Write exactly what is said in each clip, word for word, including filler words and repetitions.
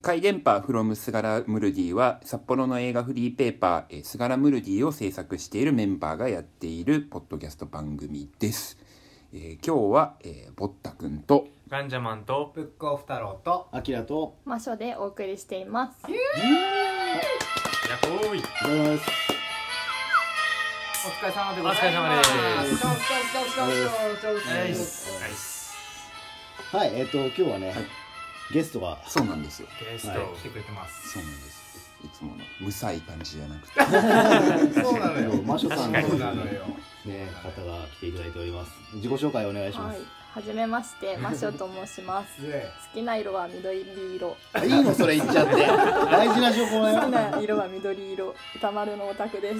回電波 from スガラムルディは札幌の映画フリーペーパースガラムルディを制作しているメンバーがやっているポッドキャスト番組です。えー、今日は、えー、ボッタくんとガンジャマンとブックオフ太郎とアキラとマショでお送りしています。 やっほーい。 お疲れ様でございます。 お疲れ様です。 ナイスナイス。はい、えっと今日はね、はい、ゲストがそうなんですよ。 ゲスト、はい、来てくれてます。 そうなんです。いつもの無彩感じじゃなくてそうなのよ。 マショさんのそうなのよ。 ね方が来ていただいております。自己紹介お願いします。 はい、はじめましてマショと申します。好きな色は緑色。 いいのそれ言っちゃって。大事な情報だよ。 好きな色は緑色。歌丸のオタクです。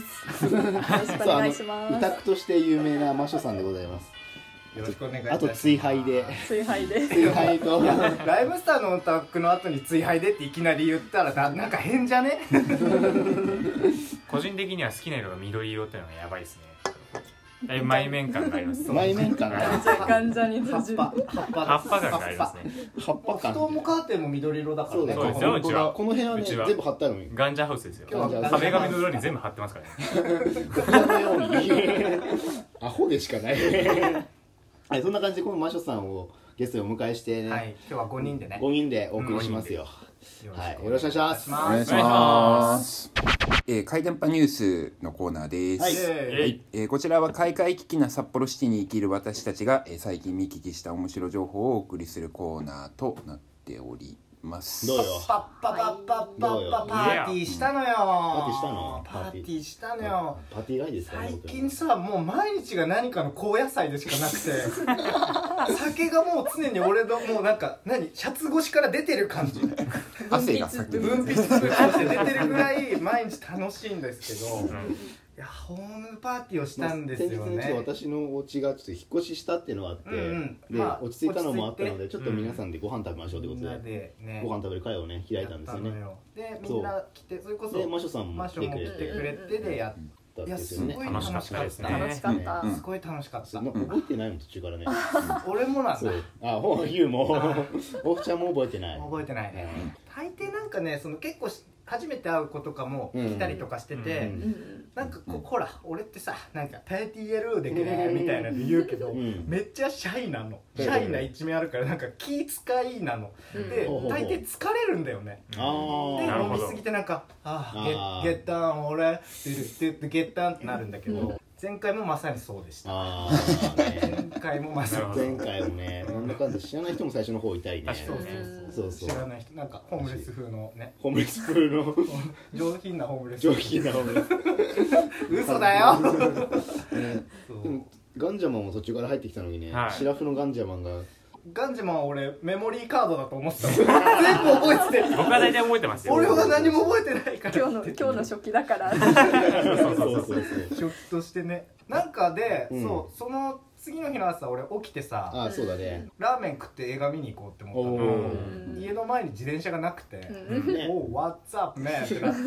よろしくお願いします。 オタクとして有名なマショさんでございます。 よろしくお願いします。 あと追廃で追廃で追廃とライブスターのオタクの後に追廃でっていきなり言ったら な, なんか変じゃね個人的には好きな色が緑色っていうのがやばいですね。だいぶ前面感があります。 前面感がガンジャに通じる葉っぱ葉っぱ感がありますね。 葉っぱ感。 布団もカーテンも緑色だからね。 そうですよ。うちはこの部屋はね全部貼ってあるのに。 ガンジャハウスですよ。 壁紙の色に全部貼ってますからね。 部屋のようにアホでしかない。はい、そんな感じでこのマショさんをゲストにお迎えしてね、 はい、今日はごにんでねごにんでお送りしますよ。はい、よろしくお願いします。 お願いします。えー、回電波ニュースのコーナーです。 はい、 はいえー、こちらは開会危機な札幌シティに生きる私たちが、えー、最近見聞きした面白情報をお送りするコーナーとなっております。 どうよ。 パッパッパッパッパッパパーティーしたのよ。 パーティーしたの。 パーティーしたのよ。 パーティーがいいですかね。 最近さ、もう毎日が何かの高野菜でしかなくて酒がもう常に俺のもうなんか何シャツ越しから出てる感じ。 汗が先に分泌物として出てるぐらい毎日楽しいんですけど、うん、いやホームパーティーをしたんですよね。 先日の私のお家がちょっと引っ越ししたっていうのがあって、うんうん、で、まあ、落ち着いたのもあったのでちょっと皆さんでご飯食べましょうということで、うんでね、ご飯食べる会をね開いたんですよね。 でみんな来てそれこそでマショさんも来てくれてくれてでやって。いやすごい楽しかったですね。 楽しかった。 すごい楽しかった。 覚えてないの途中からね。 俺もなんだ。 あ、ほうユウもオフちゃんも覚えてない。 覚えてないね。大抵なんかね、その結構初めて会う子とかも来たりとかしてて、なんかこうほら俺ってさなんかパーティーやるでけねみたいなで言うけど、めっちゃシャイなの。シャイな一面あるからなんか気使いなの。で大抵疲れるんだよね。で飲みすぎてなんかあゲッタン俺って言ってゲッタンってなるんだけど。前回もまさにそうでした。あ前回もまさに前回もね、なんだかんだ知らない人も最初の方いたりね。 そうそうそう知らない人なんかホームレス風のね。 ホームレス風の上品なホームレス。 上品なホームレス。 嘘だよ。 でもガンジャマンも途中から入ってきたのにね、シラフのガンジャマンが。 ガンジャマンは俺メモリーカードだと思ってた。全部覚えてて。 僕は大体覚えてますよ。 俺は何も覚えてないから。 今日の今日の初期だから。 そうそうそうそう。 初期としてね。なんかで、そうその次の日の朝俺起きてさ、 あそうだね。 ラーメン食って映画見に行こうって思ったの。家の前に自転車がなくて、おう What's up man ってなって。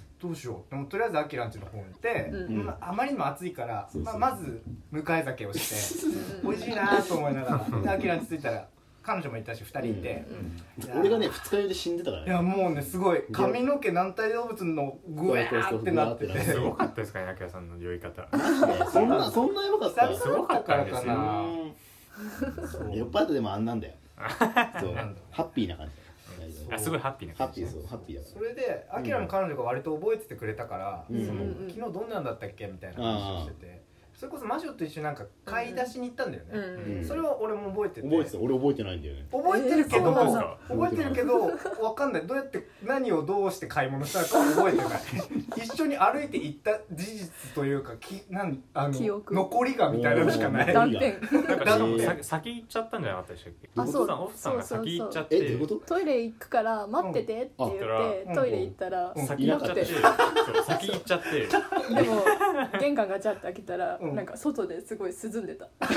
どうしようでもとりあえずアキラんちの方に行って、うん、あまりにも暑いから、まあ、まず迎え酒をして美味しいなと思いながらアキラんち着いたら彼女もいたしふたりいて、 うんうん、俺がね二日酔いで死んでたからね。 いやもうねすごい髪の毛軟体動物のグワーってなっててすごかったですかねアキラさんの酔い方。 そんなそんなやばかった。 すごかったからかな。 酔っ払ってでもあんなんだよ。そうハッピーな感じ。 あすごいハッピーなハッピーそうハッピーだから。 それでアキラの彼女が割と覚えててくれたから、うん、その昨日どんなんだったっけみたいな話をしてて。それこそマショと一緒になんか買い出しに行ったんだよね、うんうん、それは俺も覚えてて覚えてた俺覚えてないんだよね。 覚えてるけど、 えー、 覚えてるけど分かんないどうやって何をどうして買い物したのか覚えてない一緒に歩いて行った事実というかきなんあの残りがみたいなのしかない。 断片なんか多分先行っちゃったんじゃなかったでしたっけ。 あそうオフさんが先行っちゃってえどういうこと。 トイレ行くから待っててって言って、うん、トイレ行ったら先行っちゃって先行っちゃってでも玄関ガチャって開けたらうん、なんか外ですごい涼んでた。 いた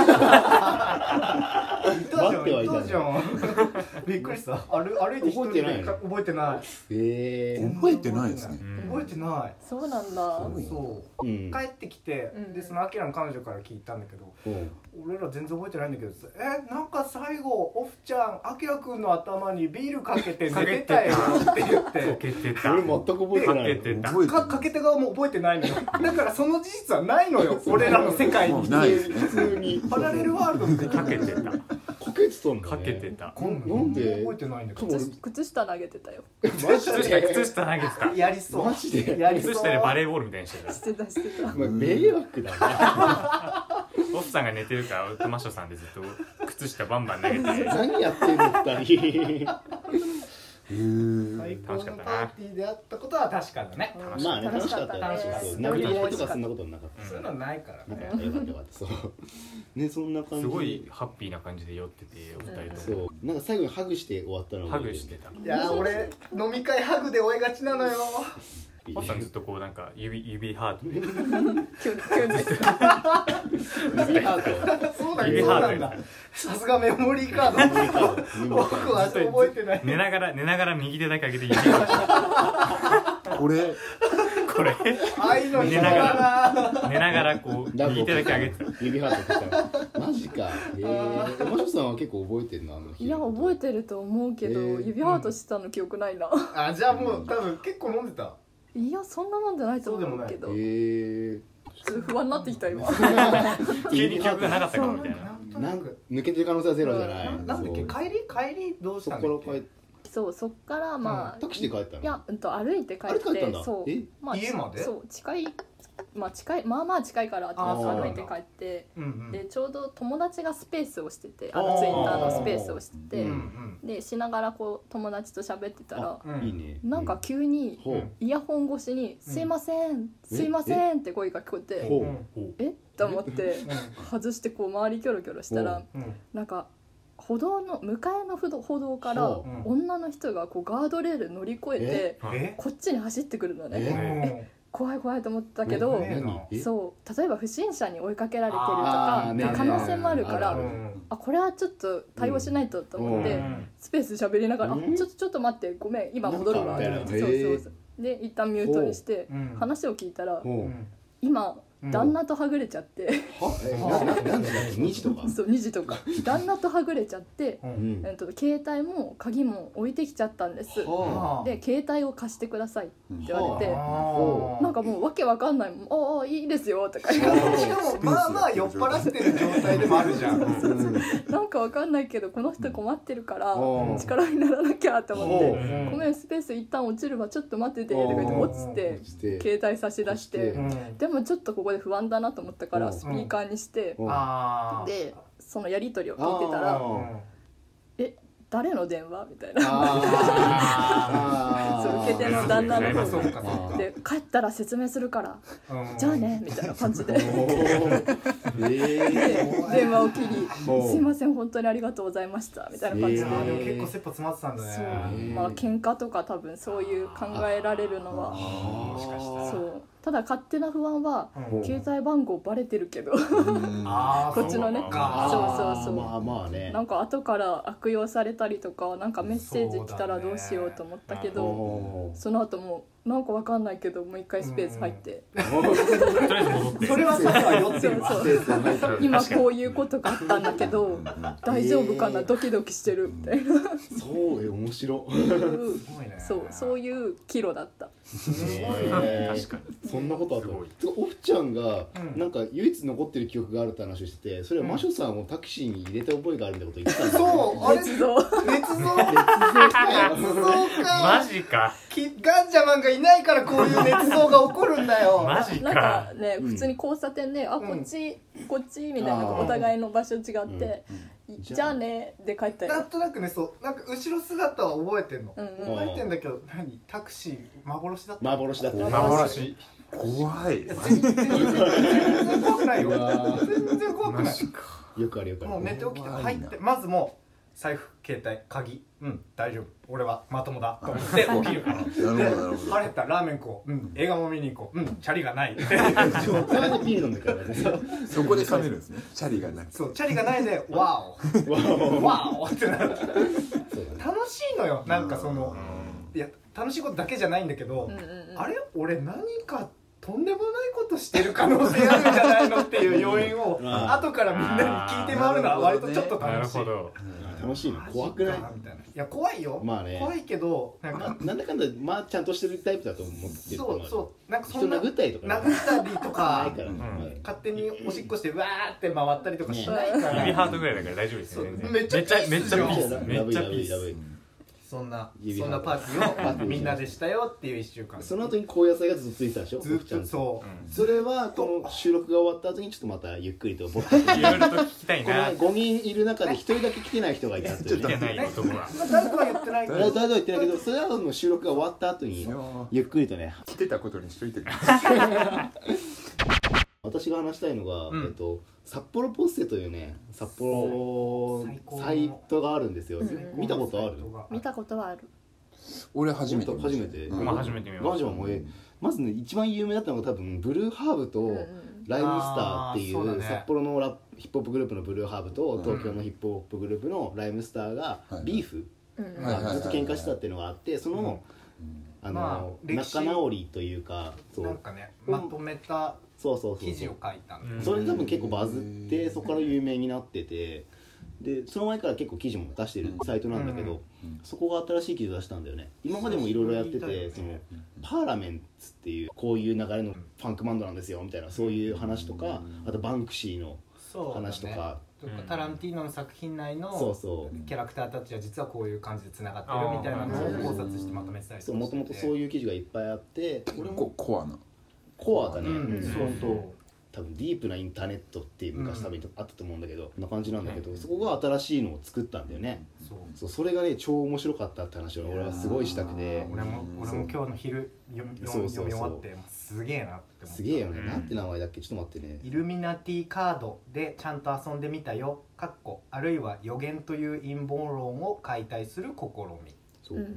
じゃん、いたじゃん。びっくりした。歩歩いて一人で覚えてない。 えー、覚えてないですね。 覚えてない。 そうなんだ。 そう。帰ってきて、でそのアキラの彼女から聞いたんだけど、俺ら全然覚えてないんだけど、えなんか最後オフちゃんアキラくんの頭にビールかけて寝てたよって言って。 かけてた。 俺全く覚えてない。 かかけて側も覚えてないのよ。だからその事実はないのよ。俺らの世界に。 普通にパラレルワールドでかけてた。 かけてたんだね。 かけてた。 なんで覚えてないんだけど。 靴下投げてたよ。 マジで。 靴下投げてた。 やりそう。 マジで。 やりそう。 靴下でバレーボールみたいにしてた。 してたしてた。 迷惑だな。 オフさんが寝てるからウトマショさんでずっと靴下バンバン投げて。 何やってんの二人。 最高のパーティーであったことは確かだね。 まあね、楽しかった楽しかった。殴り合いとかそんなことなかった。 そういうのないからね。 よかったよかった。そうね、そんな感じ。 すごいハッピーな感じで酔っててお二人とも。 そう、なんか最後にハグして終わったの。 ハグしてた。 いや俺飲み会ハグで終えがちなのよ。 オフさんずっとこうなんか指指ハート。 キュンキュンです。 指ハート。そうだよ。そうなんだ。さすがメモリーカード。僕は覚えてない。 寝ながら寝ながら右手だけ上げて指。 これこれ。 愛の寝ながら寝ながらこう右手だけ上げてた。 指ハートした。マジか。ええ。マショさんは結構覚えてるのあの日。 いや覚えてると思うけど指ハートしてたの記憶ないな。 あじゃあもう多分結構飲んでた。 いやそんなもんじゃないと思うけど。 へえ。 ちょっと不安になってきた今。 急に記憶がなかったかもみたいな。 なんか抜けてる可能性はゼロじゃない。 なんだっけ帰り帰りどうしたんだっけ。 そうそっからまあタクシーで帰ったの。 いやうんと歩いて帰ってそう家までそう近いまあ近いまあまあ近いから歩いて帰ってでちょうど友達がスペースをしててあのツイッターのスペースをしててでしながらこう友達と喋ってたらなんか急にイヤホン越しに「すいませんすいません」って声が聞こえてえっと思って外してこう周りキョロキョロしたらなんか歩道の向かいの歩道、歩道から女の人がこうガードレール乗り越えてこっちに走ってくるのね。え怖い怖いと思ったけどそう例えば不審者に追いかけられてるとか可能性もあるからあこれはちょっと対応しないとと思ってスペース喋りながら「あちょっとちょっと待ってごめん今戻るわ」ってそうそうそうで一旦ミュートにして話を聞いたら今旦那とはぐれちゃってにじとかそうにじとか旦那とはぐれちゃって、うんえっと、携帯も鍵も置いてきちゃったんです、はあ、で携帯を貸してくださいって言われて、はあ、なんかもうわけわかんないああいいですよとか言ってしかもまあまあ酔っ払ってる状態でもあるじゃんなんかわかんないけどこの人困ってるから力にならなきゃと思ってごめんスペース一旦落ちるわちょっと待っててとか言って落ちて携帯差し出してでもちょっとここで不安だなと思ったからスピーカーにしてでそのやり取りを聞いてたらえ誰の電話みたいなそう受け手の旦那の方で帰ったら説明するからじゃあねみたいな感じで電話を切りすいません本当にありがとうございましたみたいな感じで結構切羽詰まってたんだねそうまあ喧嘩とか多分そういう考えられるのはもしかしたらそうただ勝手な不安は、うん、携帯番号バレてるけどこっちのねそうそうそうまあまあねなんか後から悪用されたりとかなんかメッセージ来たらどうしようと思ったけど そ,、ね、その後もなんかわかんないけどもう一回スペース入って、うん、 それはさは酔ってるわ今こういうことがあったんだけど大丈夫かなドキドキしてるみたいなそうえ面白そうそういうキロだったえー、確かにそんなことあったオフちゃんがなんか唯一残ってる記憶があるって話をしててそれはマショさんをタクシーに入れた覚えがあるってこと言ってたんだそうあれ捏造捏造捏造かマジかガンジャマンがいないからこういう捏造が起こるんだよマジかなんかね普通に交差点で、うん、あこっちこっちみたいなお互いの場所違って、うんうん、じゃあねで帰ったよなんとなくねそうなんか後ろ姿は覚えてんの、うんうん、覚えてんだけど何タクシー幻だった幻だった幻怖い全然怖くないよ全然怖くないよくあるよくあるもう寝て起きて入ってまずもう財布携帯鍵うん大丈夫俺はまともだと思って起きるからで晴れたラーメン食おううん映画も見に行こううんチャリがないそれでビール飲んでからねそこで冷めるんですねチャリがないそうチャリがないでワオワオってなる楽しいのよなんかそのいや楽しいことだけじゃないんだけど、うんうんうん、あれ俺何かとんでもないことしてる可能性あるんじゃないのっていう要因を後からみんなに聞いて回るのは割とちょっと楽しい。 楽しいの怖くない？ みたいな。いや怖いよ。まあね。怖いけどなんか、まあ、なんだかんだまあちゃんとしてるタイプだと思ってる。 そうそうなんかそんな人殴ったりとか、 殴ったりとかから、ねうん、勝手におしっこしてわーって回ったりとかしないから。 指ハートぐらいだから大丈夫ですよね。 めっちゃめっちゃピースめっちゃピース。 そんなそんなパーティーをみんなでしたよっていういっしゅうかんその後に高野菜がずっとついてたでしょずっとそう、 うん、それはこの収録が終わった後にちょっとまたゆっくりとぼったくいろいろと聞きたいなこのごにんいる中でひとりだけ来てない人がいたっていう来てない男が誰とは言ってない誰とは言ってないけどそれはもう収録が終わった後にゆっくりとね来てたことにしといてくだ私が話したいのが、うんえっと、札幌ポッセというね札幌サイトがあるんですよ、うん、見たことある？ 見たことはある。 俺初めて初めて、 うん、まあ初めて見ました。 もえまずね一番有名だったのが多分ブルーハーブとライムスターっていう、うんね、札幌のラヒップホップグループのブルーハーブと東京のヒップホップグループのライムスターがビーフ、うん、ずっと喧嘩してたっていうのがあってその、うんあのまあ、仲直りというかそうなんかねまとめたそうそうそう記事を書いたんでそれで多分結構バズってそこから有名になっててでその前から結構記事も出してるサイトなんだけど、うん、そこが新しい記事を出したんだよね今までもいろいろやっててそのパーラメンツっていうこういう流れのファンクバンドなんですよみたいなそういう話とかあとバンクシーの話とかとかタランティーノの作品内のキャラクターたちは実はこういう感じでつながってるみたいなのを考察してまとめてたりとかしてもともとそういう記事がいっぱいあって俺もコアなコアだね、 うん、そうそう多分ディープなインターネットっていう昔多分あったと思うんだけど、こんな感じなんだけど、そこが新しいのを作ったんだよね。そうそうそれがね超面白かったって話を俺はすごいしたくて俺も俺も今日の昼読み終わってすげえなって思ったすげえよね、うん、なんて名前だっけちょっと待ってねイルミナティカードでちゃんと遊んでみたよかっこあるいは予言という陰謀論を解体する試みそう、うん、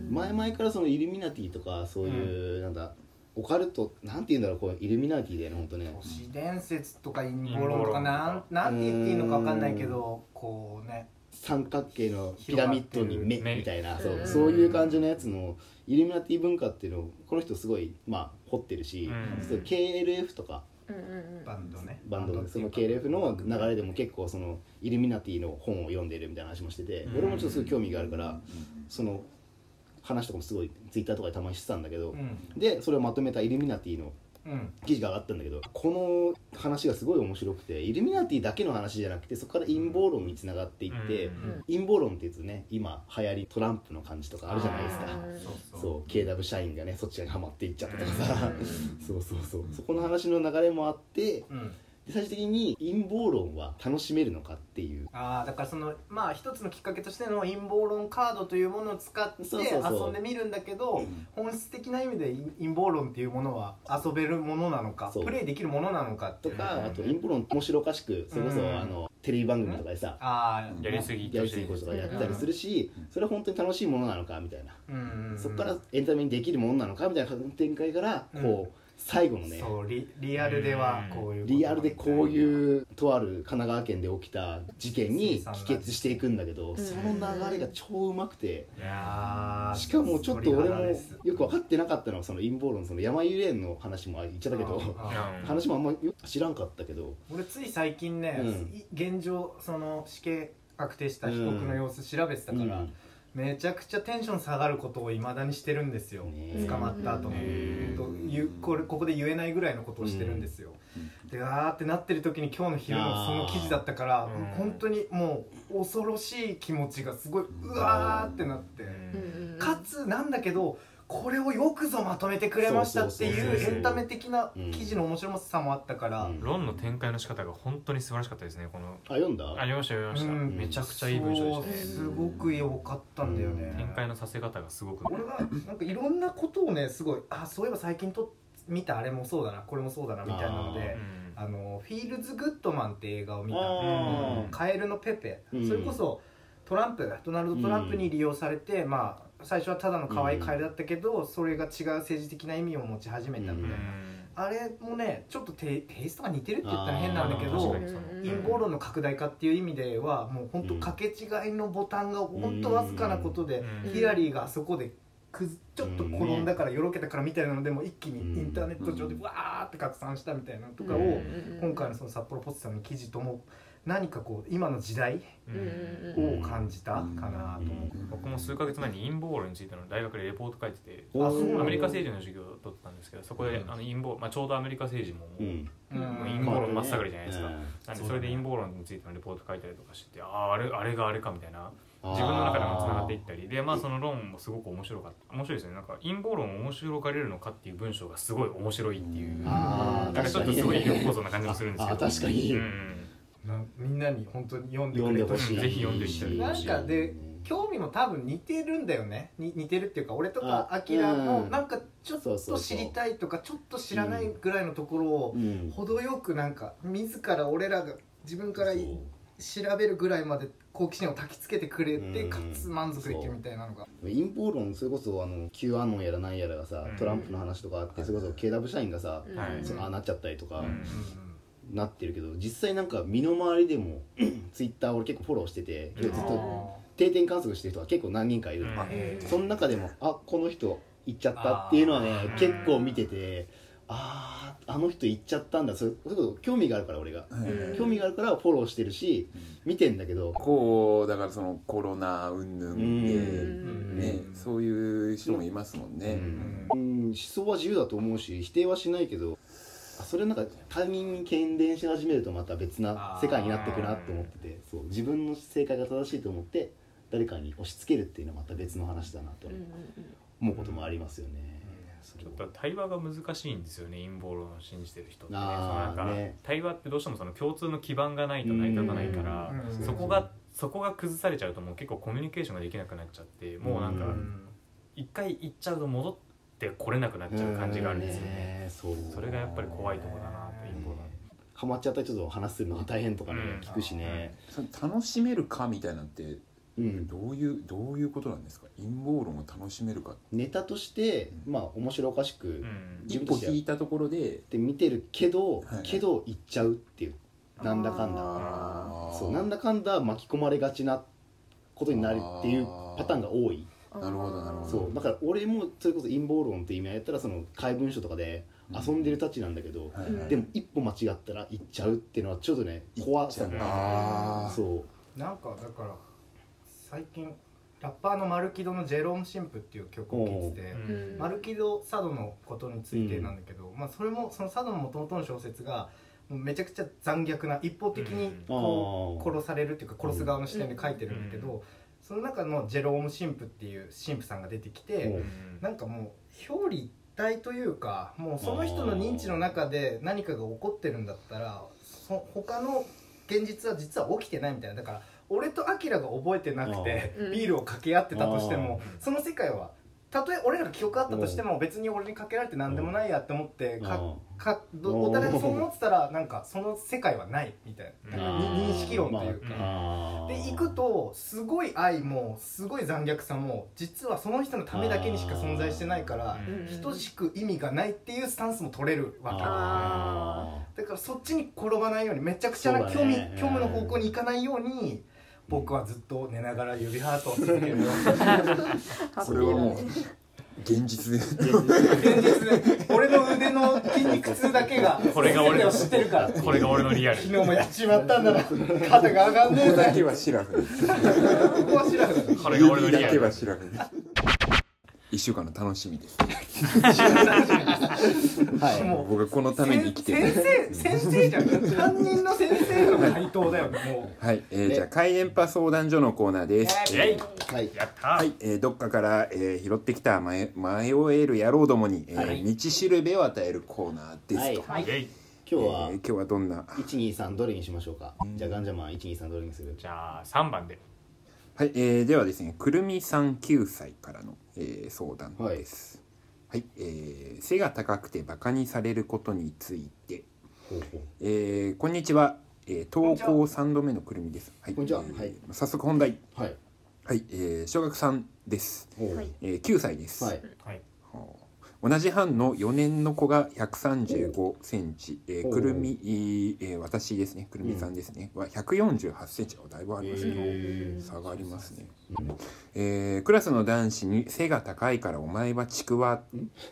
前々からそのイルミナティとかそういう、うん、なんだオカルトなんて言うんだろうこうイルミナティだよね本当ね都市伝説とか陰謀論とかなんなんて言っていいのか分かんないけどこうね三角形のピラミッドに目みたいなそうそういう感じのやつのイルミナティ文化っていうのをこの人すごいまあ掘ってるし、うん、ケーエルエフ とか、 うんうんうん、バンドねバンドでその ケーエルエフ の流れでも結構そのイルミナティの本を読んでるみたいな話もしてて、うん、俺もちょっとすごい興味があるから、うん、その話とかもすごいツイッターとかでたまにしてたんだけど、うん、でそれをまとめたイルミナティの記事が上がったんだけど、この話がすごい面白くてイルミナティだけの話じゃなくてそこから陰謀論につながっていって、うん、陰謀論って言うとね今流行りトランプの感じとかあるじゃないですかそうそう ケーダブル 社員がねそっちにハマっていっちゃったとかさそうそうそうそこの話の流れもあって、うんで最終的に陰謀論は楽しめるのかっていうああだからそのまあ一つのきっかけとしての陰謀論カードというものを使って遊んでみるんだけど本質的な意味で陰謀論っていうものは遊べるものなのかプレイできるものなのかってとかあと陰謀論面白おかしくそれこそあのテレビ番組とかでさあやりすぎやりすぎことかやったりするしそれは本当に楽しいものなのかみたいなそこからエンタメにできるものなのかみたいな展開からこう最後のねそう リ, リアルではこういうリアルでこういうとある神奈川県で起きた事件に帰結していくんだけどその流れが超うまくていやしかもちょっと俺もよく分かってなかったのはその陰謀論その山ゆれんの話も言っちゃったけど話もあんまよく知らんかったけど俺つい最近ね、うん、現状その死刑確定した被告の様子調べてたから、うんうんめちゃくちゃテンション下がることを未だにしてるんですよ捕まった後もこれここで言えないぐらいのことをしてるんですよであーってなってる時に今日の昼のその記事だったから本当にもう恐ろしい気持ちがすごいうわーってなってかつなんだけどこれをよくぞまとめてくれましたっていうエンタメ的な記事の面白さもあったから、うん、 論の展開の仕方が本当に素晴らしかったですねこのあ読んだあ読みました読みました、うん、めちゃくちゃいい文章でしたねすごく良かったんだよね、 うん、展開のさせ方がすごく俺はなんかいろんなことをねすごいあそういえば最近と見たあれもそうだなこれもそうだなみたいなのであ、うん、あのフィールズ・グッドマンって映画を見たカエルのペペ、うん、それこそトランプドナルド・トランプに利用されて、うん、まあ最初はただの可愛いカエルだったけど、うん、それが違う政治的な意味を持ち始めたみたいな、うん、あれもねちょっとテイストが似てるって言ったら変なんだけど、陰謀論の拡大化っていう意味ではもう本当掛け違いのボタンが本当わずかなことで、うん、ヒラリーがあそこでくずちょっと転んだからよろけたからみたいなのでも一気にインターネット上でわーって拡散したみたいなのとかを今回のその札幌ポツさんの記事とも何かこう今の時代を感じたかなと思う。 僕も数ヶ月前に陰謀論についての大学でレポート書いてて、アメリカ政治の授業を取ったんですけど、そこであの陰謀、まあ、ちょうどアメリカ政治ももう、うん、もう陰謀論真っ盛りじゃないですか、うん、なんでそれで陰謀論についてのレポート書いたりとかしてて、あああれあれがあれかみたいな、自分の中でもつながっていったりで、まあその論もすごく面白かった面白いですね。なんか陰謀論を面白がれるのかっていう文章がすごい面白いっていう、なんかちょっとすごい力構造な感じもするんですけど、 あ確かに、うんなみんなに本当に読んでくれてほしい、 ぜひ読んでいただきたい。 なんかで興味も多分似てるんだよね。に似てるっていうか俺とかアキラもなんかちょっと知りたいとかちょっと知らないぐらいのところを程よくなんか自ら俺らが自分から調べるぐらいまで好奇心を焚きつけてくれて、かつ満足できるみたいなのが、 陰謀論それこそあの Q アノンやら何やらがさ、トランプの話とかあって、それこそ ケーダブリュー 社員がさ、そのああなっちゃったりとかなってるけど、実際なんか身の回りでもツイッター俺結構フォローしてて、ずっと定点観測してる人が結構何人かいるの、その中でもあこの人行っちゃったっていうのはね結構見てて、あああの人行っちゃったんだ、それこそ興味があるから俺が興味があるからフォローしてるし見てんだけど、 こうだからそのコロナ云々でね、そういう人もいますもんね。 うん、思想は自由だと思うし否定はしないけど、それなんか他人に喧伝し始めるとまた別な世界になっていくなと思ってて、そう自分の正解が正しいと思って誰かに押し付けるっていうのはまた別の話だなと思うこともありますよね。 ちょっと対話が難しいんですよね、陰謀論を信じてる人ってね。なんか対話ってどうしてもその共通の基盤がないと成り立たないから、そこがそこが崩されちゃうともう結構コミュニケーションができなくなっちゃって、もうなんか一回行っちゃうと戻ってこれなくなっちゃう感じがあるんですよね。そうそれがやっぱり怖いところだなと。陰謀論ハマっちゃった人と話するのは大変とかね、うん、聞くしね。 楽しめるかみたいなってうん、どういうどういうことなんですか。陰謀論を楽しめるか、 ネタとして、うん、まあ面白おかしく、うん、 一歩引いたところでで見てるけど、はいはい、けど言っちゃうっていう、なんだかんだそうなんだかんだ巻き込まれがちなことになるっていうパターンが多い。 なるほどなるほど。 そうだから俺もそれこそ陰謀論って意味合いやったらその怪文書とかで遊んでるたちなんだけど、うんはいはい、でも一歩間違ったら言っちゃうっていうのはちょっとね怖さもあそうなんかだから最近ラッパーのマルキドのジェローム神父っていう曲を聴いてて、うん、マルキド・サドのことについてなんだけど、うんまあ、それもそのサドの元々の小説がもうめちゃくちゃ残虐な一方的にこう殺されるっていうか殺す側の視点で書いてるんだけど、その中のジェローム神父っていう神父さんが出てきて、なんかもう表裏一体というか、もうその人の認知の中で何かが起こってるんだったらそ他の現実は実は起きてないみたいな。だから俺とアキラが覚えてなくてビールを掛け合ってたとしても、その世界はたとえ俺らが記憶あったとしても別に俺にかけられて何でもないやって思ってかかお互いがそう思ってたらなんかその世界はないみたいな、認識論というかでいくと、すごい愛もすごい残虐さも実はその人のためだけにしか存在してないから等しく意味がないっていうスタンスも取れるわけだから、そっちに転ばないようにめちゃくちゃな興味興味の方向に行かないように僕はずっと寝ながら指ハートを続けるよそれはもう現実で現実で俺の腕の筋肉痛だけがこれが俺を知ってるから、 これが俺のリアル。 昨日もやっちまったんだな、肩が上がんねえだけはシラフここはシラフこれが俺のリアルだけはシラフ一週間の楽しみですはい、もう僕はこのために生きてる先生先生じゃん担任の先生の回答だよねもうはい、えー、じゃあ開演パ相談所のコーナーです。 イエイ、はい、やったー、 はい、えー、どっかから、えー、拾ってきた迷迷える野郎どもに、えーはい、道しるべを与えるコーナーですと、 はいはい、今日は、えー、 今日はどんないちにさん どれにしましょうか。じゃあガンジャマンいちにさんどれにする。 じゃあさんばんで。 はい、えー、ではですね、くるみさんきゅうさいからの、えー、相談です。はい、はい、えー、背が高くてバカにされることについて。ほうほう、えー、こんにちは。 えー、投稿さんどめのくるみです。はい、 こんにちは。 えーはい、 早速本題。 はいはい、えー、小学さんです。 はい、 えー、きゅうさいです。 はいはい、 同じ班のよねんの子がひゃくさんじゅうごセンチ、えー、くるみ、えー、私ですね、くるみさんですね、うん、はひゃくよんじゅうはちセンチ、だいぶありますね。差がありますね。うん、えー、クラスの男子に背が高いからお前はちくわ。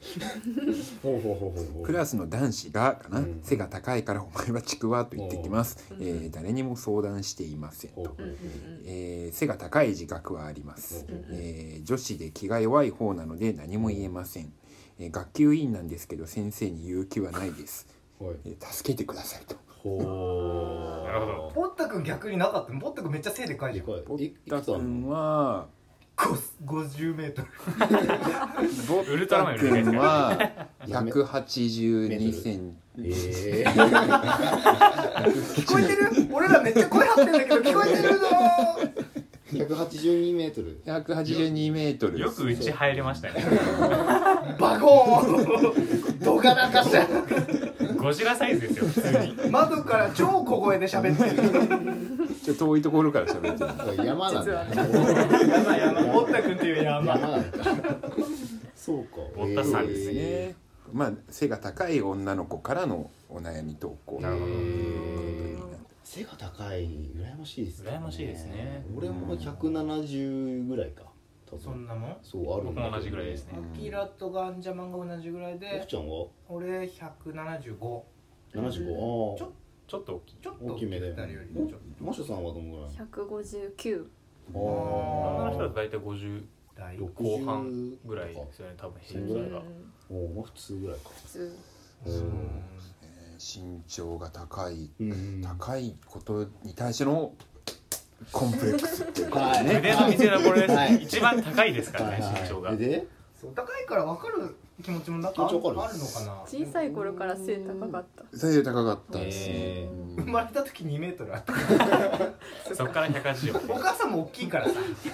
クラスの男子がかな、うん、背が高いからお前はちくわと言ってきます。えー、誰にも相談していませんと。えー、背が高い自覚はあります。えー、女子で気が弱い方なので何も言えません。えー、学級委員なんですけど先生に言う気はないです。えー、助けてくださいと。 ほー、なるほど。 ポッタ君逆になかったの？ポッタ君めっちゃ背でかいじゃん。 ポッタ君はごじゅうメートル。 ボッタ君はひゃくはちじゅうにセンチ。 えー、聞こえてる？俺らめっちゃ声張ってんだけど聞こえてるぞ。 ひゃくはちじゅうにメートル。 ひゃくはちじゅうにメートル。 よくうち入れましたね。 バゴーン。どかなかした。 ゴジラサイズですよ普通に。 窓から超小声で喋ってる。 ちょっと遠いところから喋ってる。 山なんだ。 山山。ボッタ君っていう山。 山なんだ。そうか。 ボッタさんですね。まあ背が高い女の子からのお悩み投稿。 なるほど。 背が高い、羨ましいですね。 羨ましいですね。 俺もひゃくななじゅうぐらいか。 そんなもん？ そうある。 僕も同じぐらいですね。 アキラとガンジャマンが同じぐらいで。 奥ちゃんは？ 俺ひゃくななじゅうご。 ななじゅうご。ああ。 ちょちょっと大きい。 ちょっと大きめだよ。 マシュさんはどのぐらい？ ひゃくごじゅうきゅう。 ああ。 女の人はだいたいごじゅう代後半ぐらいですよね。多分平均が。 おお、まあ普通ぐらいか。 普通。 うん。身長が高い、うん、高いことに対してのコンプレックスっていうかね、 腕の見せ所です、はい、一番高いですからね、はいはい、身長が。 でそう高いから分かる気持ちもなんかあるのかな。 小さい頃から背高かった。 背高かったですね、 えー、生まれた時にメートルあったそっからひゃくはちじゅう。 お母さんも大きいからさ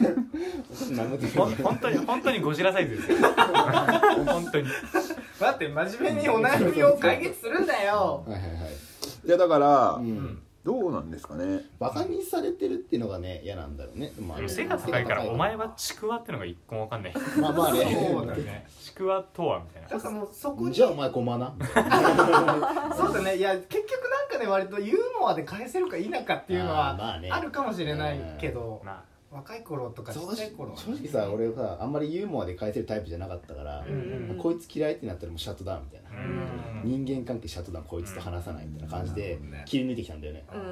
本当に本当にゴジラサイズですよ本当に。 待って真面目にお悩みを解決するんだよはいはいはい。 いやだから、うん、 どうなんですかね。 バカにされてるっていうのがね嫌なんだろうね。 まあ、背が高いからお前はちくわってのが一個もわかんない。 まあまあね。 そうだね。 ちくわとはみたいな。 だからもうそこにじゃあお前コマな。 そうだね。いや結局なんかね割とユーモアで返せるか否かっていうのはあるかもしれないけど。まあ若い頃とかちっちゃい頃は、ね、 正直さ俺さあんまりユーモアで返せるタイプじゃなかったから、うんうん、こいつ嫌いってなったらもうシャットダウンみたいな、うん、人間関係シャットダウンこいつと話さないみたいな感じで切り抜いてきたんだよね、うん、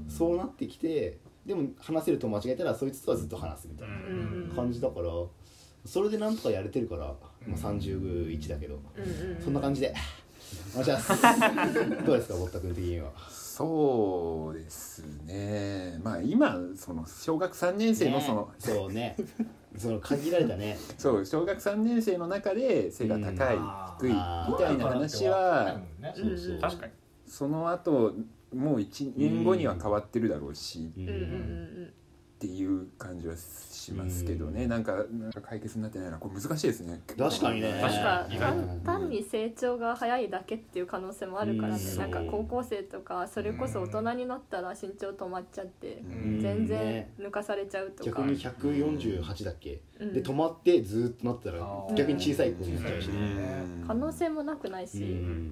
そうなってきてでも話せる友達がいたらそいつとはずっと話すみたいな感じだからそれでなんとかやれてるから、まあ、さんじゅういちだけど、うん、そんな感じでお願いしますどうですかボッタ君的には。 そうですね。まあ今その小学さんねん生のその、ね、 そうねその限られたねそう小学さんねん生の中で背が高い、うん、低いみたいな話は、 ね、そうそう確かにその後もういちねんごには変わってるだろうし、うん、っていう感じはしますけどね、うん、なんかなんか解決になってないな。これ難しいですね。 確かにね。 確かに単, 単に成長が早いだけっていう可能性もあるからね、うん、なんか高校生とかそれこそ大人になったら身長止まっちゃって、うん、全然抜かされちゃうとか、 逆にひゃくよんじゅうはちだっけ、うん、で止まってずっとなったら逆に小さい子になっちゃうし、ね、 うん、可能性もなくないし、うん、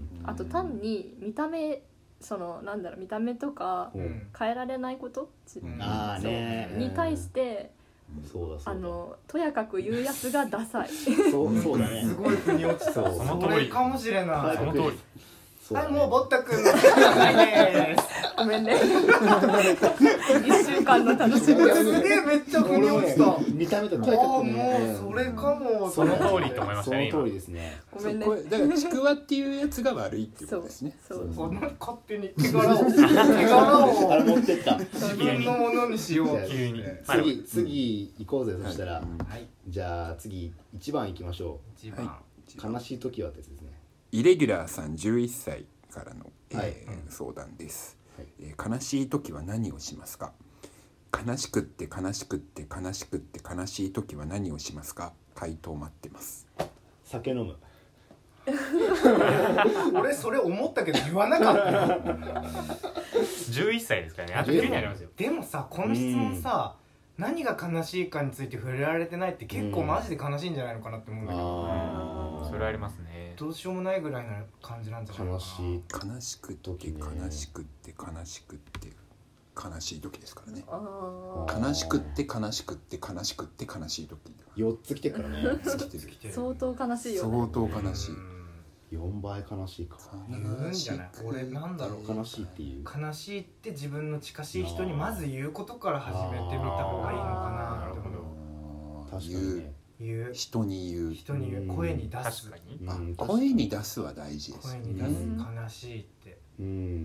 あと単に見た目そのなんだろう見た目とか変えられないこと、うん、 あーねに対してそうだそうだあのとやかく言うやつがダサいそうそうだね。 すごい腑に落ちそう。その通りかもしれない。 その通り。 はい、もうボッタ君のはいです。 ごめんね。一週間の楽しみがすげえめっちゃ腑に落ちた。 見た目ととやかくね。 もうそれかも。 その通りと思いましたね。 その通りですね。 ごめんね。 だからちくわっていうやつが悪いっていうことですね。 そう。 そう勝手に手柄を手柄をあれ持ってった。 自分のものにしよう。 急に。 次次行こうぜそしたら。じゃあ次いちばん行きましょう。 いちばん。 悲しい時はってやつですね。 イレギュラーさんじゅういっさいからの、えーはいうん、相談です、はいえー、悲しい時は何をしますか。悲しくって悲しくって悲しくって悲しい時は何をしますか。回答待ってます。 酒飲む俺それ思ったけど言わなかったよじゅういっさいですからね。あときゅうねんありますよ。 でもさこの質問さ、うん、何が悲しいかについて触れられてないって結構マジで悲しいんじゃないのかなって思うんだけど、 うん、それありますね。 どうしようもないぐらいな感じなんじゃないかな。 悲しい悲しくって悲しくって悲しくって悲しい時ですからね。悲しくって悲しくって悲しくって悲しい時よっつ来てるからね相当悲しいよね。 相当悲しい。 よんばい悲しいか。 言うんじゃない。俺なんだろう。 悲しいっていう悲しいって自分の近しい人にまず言うことから始めてみた方がいいのかなって思う。 確かにね。 言う。 人に言う。 人に言う。声に出す。 確かに。 あ、声に出すは大事です。 声に出す。悲しいって。 うん。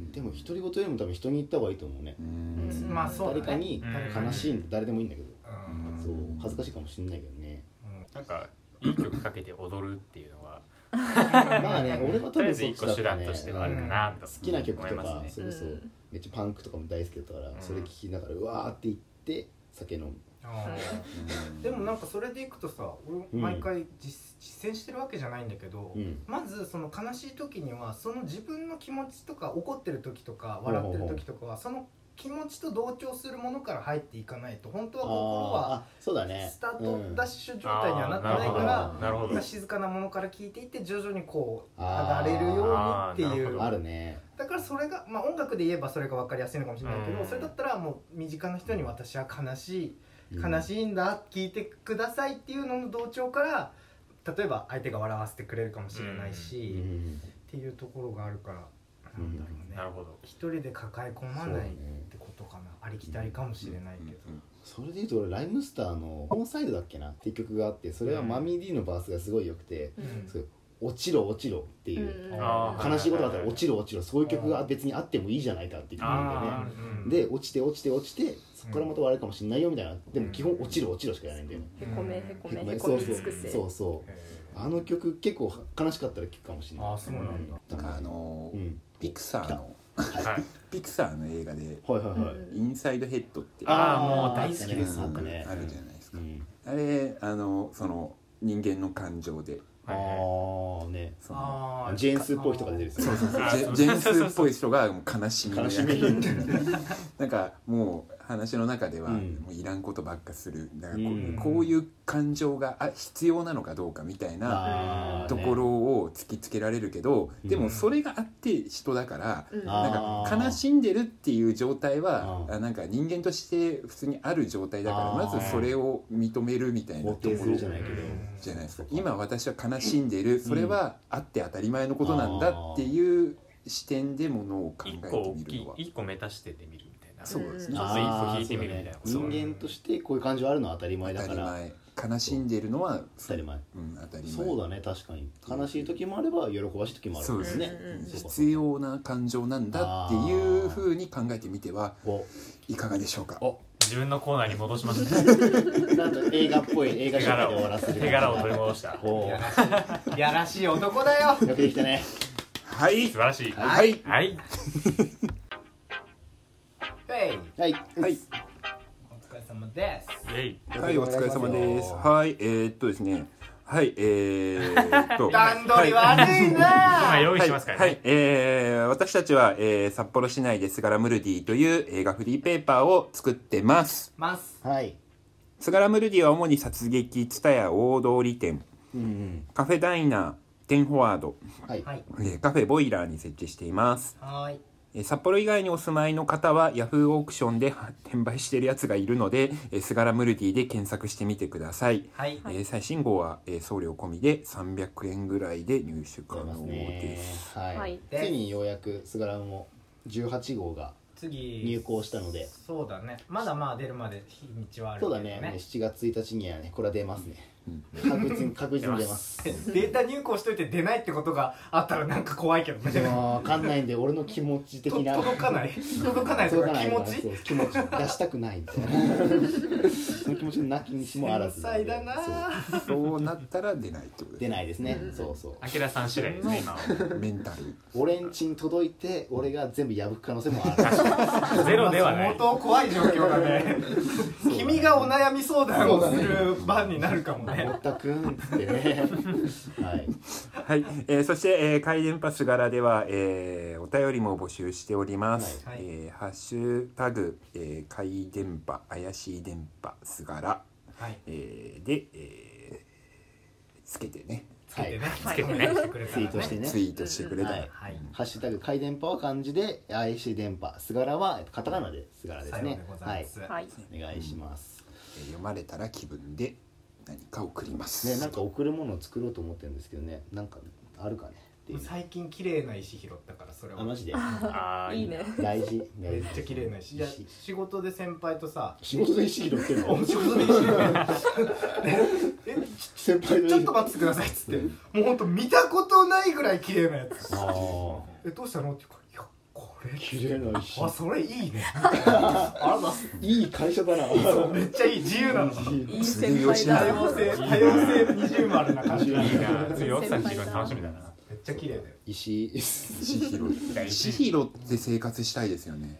でも独り言よりも多分人に言った方がいいと思うね。 まあそう。 誰かに悲しいん誰でもいいんだけど。そう恥ずかしいかもしれないけどね。 なんかいい曲かけて踊るっていうのは。 まあね、俺は多分そっちだったね。 とりあえず一個手段としてはあるかなと。 好きな曲とか、それこそめっちゃパンクとかも大好きだったから、それ聴きながらうわーって言って酒飲む。 でもなんかそれでいくとさ、俺毎回実践してるわけじゃないんだけど、まずその悲しい時にはその自分の気持ちとか怒ってる時とか笑ってる時とかはその気持ちと同調するものから入っていかないと本当は心はそうだねスタートダッシュ状態にはなってないから静かなものから聞いていって徐々にこう上がれるようにっていうあるね。 だからそれがまあ音楽で言えばそれが分かりやすいのかもしれないけど、それだったらもう身近な人に私は悲しい悲しいんだ聞いてくださいっていうのの同調から例えば相手が笑わせてくれるかもしれないしっていうところがあるから。なんだろうね、 なるほど。 一人で抱え込まないってことかな、ありきたりかもしれないけど、 それでいうと俺ライムスターの「ホーンサイド」だっけなっていう曲があって、それはマミー D のバースがすごい良くて「それ落ちろ落ちろ」っていう悲しいことがあったら「落ちろ落ちろ」そういう曲が別にあってもいいじゃないかっていう曲なんだよね。で落ちて落ちて落ちてそこからまた笑えるかもしれないよみたいな、でも基本落ちろ落ちろしかやらないんだよね。 へこめへこめへこそうみ尽くせ。 そうそうあの曲結構悲しかったら聴くかもしれない。 あ、そうなんだ。 なんかあのピクサーのはい、 ピクサーの映画ではいはいはいインサイドヘッドってああもう大好きです。 あるじゃないですか。あれあのその人間の感情でああねジェーンスーっぽい人が出てる。 そうそうそうジェーンスーっぽい人が悲しみの役なんかもう話の中ではもういらんことばっかする、だからこういう感情が必要なのかどうかみたいなところを突きつけられるけど、でもそれがあって人だからなんか悲しんでるっていう状態はなんか人間として普通にある状態だから、まずそれを認めるみたいなところじゃないですか。今私は悲しんでる、それはあって当たり前のことなんだっていう視点でものを考えてみるのは一個メタ視点で見るみたいな。 そうですね。 ちょっと一歩引いてみるみたいな。 人間としてこういう感情あるのは当たり前だから。 悲しんでるのは当たり前。 うん当たり前。 そうだね、確かに。悲しい時もあれば喜ばしい時もあるんですね。 必要な感情なんだっていうふうに考えてみてはいかがでしょうか。 自分のコーナーに戻しました。 なんと映画っぽい映画紹介で終わらせる。 手柄を取り戻した。 やらしい男だよ。 よくできたね。 はい。 素晴らしい。 はいはい。 はい。 はい。 お疲れ様です。 はい、お疲れ様です。はい、えー、っとですね。はい、えー、っと。 段取り悪いな。 今用意しますからね。 はい、えー、私たちは、えー、札幌市内でスガラムルディという映画フリーペーパーを作ってます。 ます。 はい。 スガラムルディは主に殺撃、ツタヤ大通り店、うんうん、カフェダイナー、テンフォワード、はい、えー、カフェボイラーに設置しています。はい。札幌以外にお住まいの方はヤフーオークションで転売しているやつがいるので、スガラムルディで検索してみてください。はい、えー、最新号は、えー、送料込みでさんびゃくえんぐらいで入手可能です。 はい、はい、ついにようやくスガラムもじゅうはち号が入稿したので、 そうだね、まだまあ出るまで日にちはあるけどね。 そうだね、しちがつついたちにはねこれは出ますね。確実に確実に出ます。 データ入稿しといて出ないってことがあったらなんか怖いけどね。 でも分かんないんで俺の気持ち的な届かない届かないとか気持ち気持ち出したくないみたいな。 の気持ちのなきにしもあらず繊細だな。 そうなったら出ないってことです出ないですね、うん、そうそうあきらさん次第ですね今はメンタル俺んちに届いて俺が全部破く可能性もあるゼロではない。 相当怖い状況だね君がお悩み相談をする番になるかもね。 ぼったくんっつってねはい、 はいえー、そして、えー、回電波すがらでは、えー、お便りも募集しております、はいえー、ハッシュタグ、えー、回電波怪しい電波すがら、はいえー、で、えー、つけてねつけてね、 はい、つけてねツイートしてねツイートしてくれたら、はいはい、 ハッシュタグ回電波は漢字で怪しい電波すがらはカタカナですがらですね。はい、はい、お願いします、 うん、読まれたら気分で何か送りますね。なんか送るものを作ろうと思ってるんですけどね、なんかあるかね。 最近綺麗な石拾ったからそれはあマジであいいね大事めっちゃ綺麗な石。いや仕事で先輩とさ仕事で石拾ってるの仕事で石拾ってるえ先輩のちょっと待っててくださいっつってもうほんと見たことないぐらい綺麗なやつ。 あえどうしたのって言うからいやこれ綺麗な石あそれいいねあらいい会社だなめっちゃいい自由なのいい先輩だ多様性多様性二重丸な感じ。 いいな次奥さん自分楽しみだな。 めっちゃ綺麗だよ。 石石拾って石拾って生活したいですよね。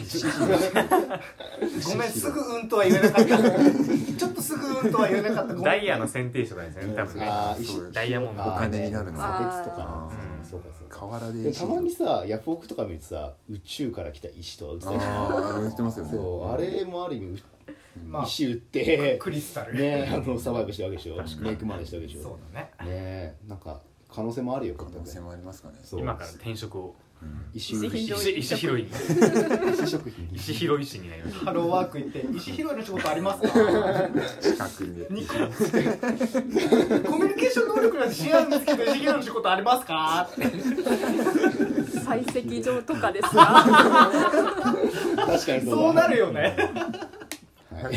ごめんすぐうんとは言えなかったちょっとすぐうんとは言えなかった。 ダイヤの選定書がですね多分ねダイヤモンドお金になるの砂鉄とかそうかそうか河原でたまにさヤフオクとか見るとさ宇宙から来た石とか売ってたりあ売ってますよね。 そうあれもある意味まあ、 石売ってクリスタルねあのサバイブしてるわけでしょメイクまでしてるわけでしょ。 そうだねねなんか可能性もあるよ。 可能性もありますかね。 今から転職を石石石拾い石食品石拾い師になりました。 ハローワーク行って石拾いの仕事ありますか近くににこコミュニケーション能力なんて知らんですけど石拾いの仕事ありますかって採石場とかですか確かにそうなるよねはい、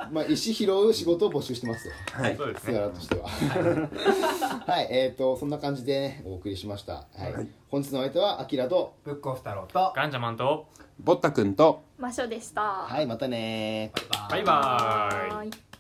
まあ石拾う仕事を募集してますと。 はい、そうですね。 としては。はい、えっ、ー、とそんな感じで、ね、お送りしました。はい。はい、本日のお相手はアキラとブックオフ太郎とガンジャマンとボッタくんとマショでした。 はい、またねバイバーイ。バイバーイ。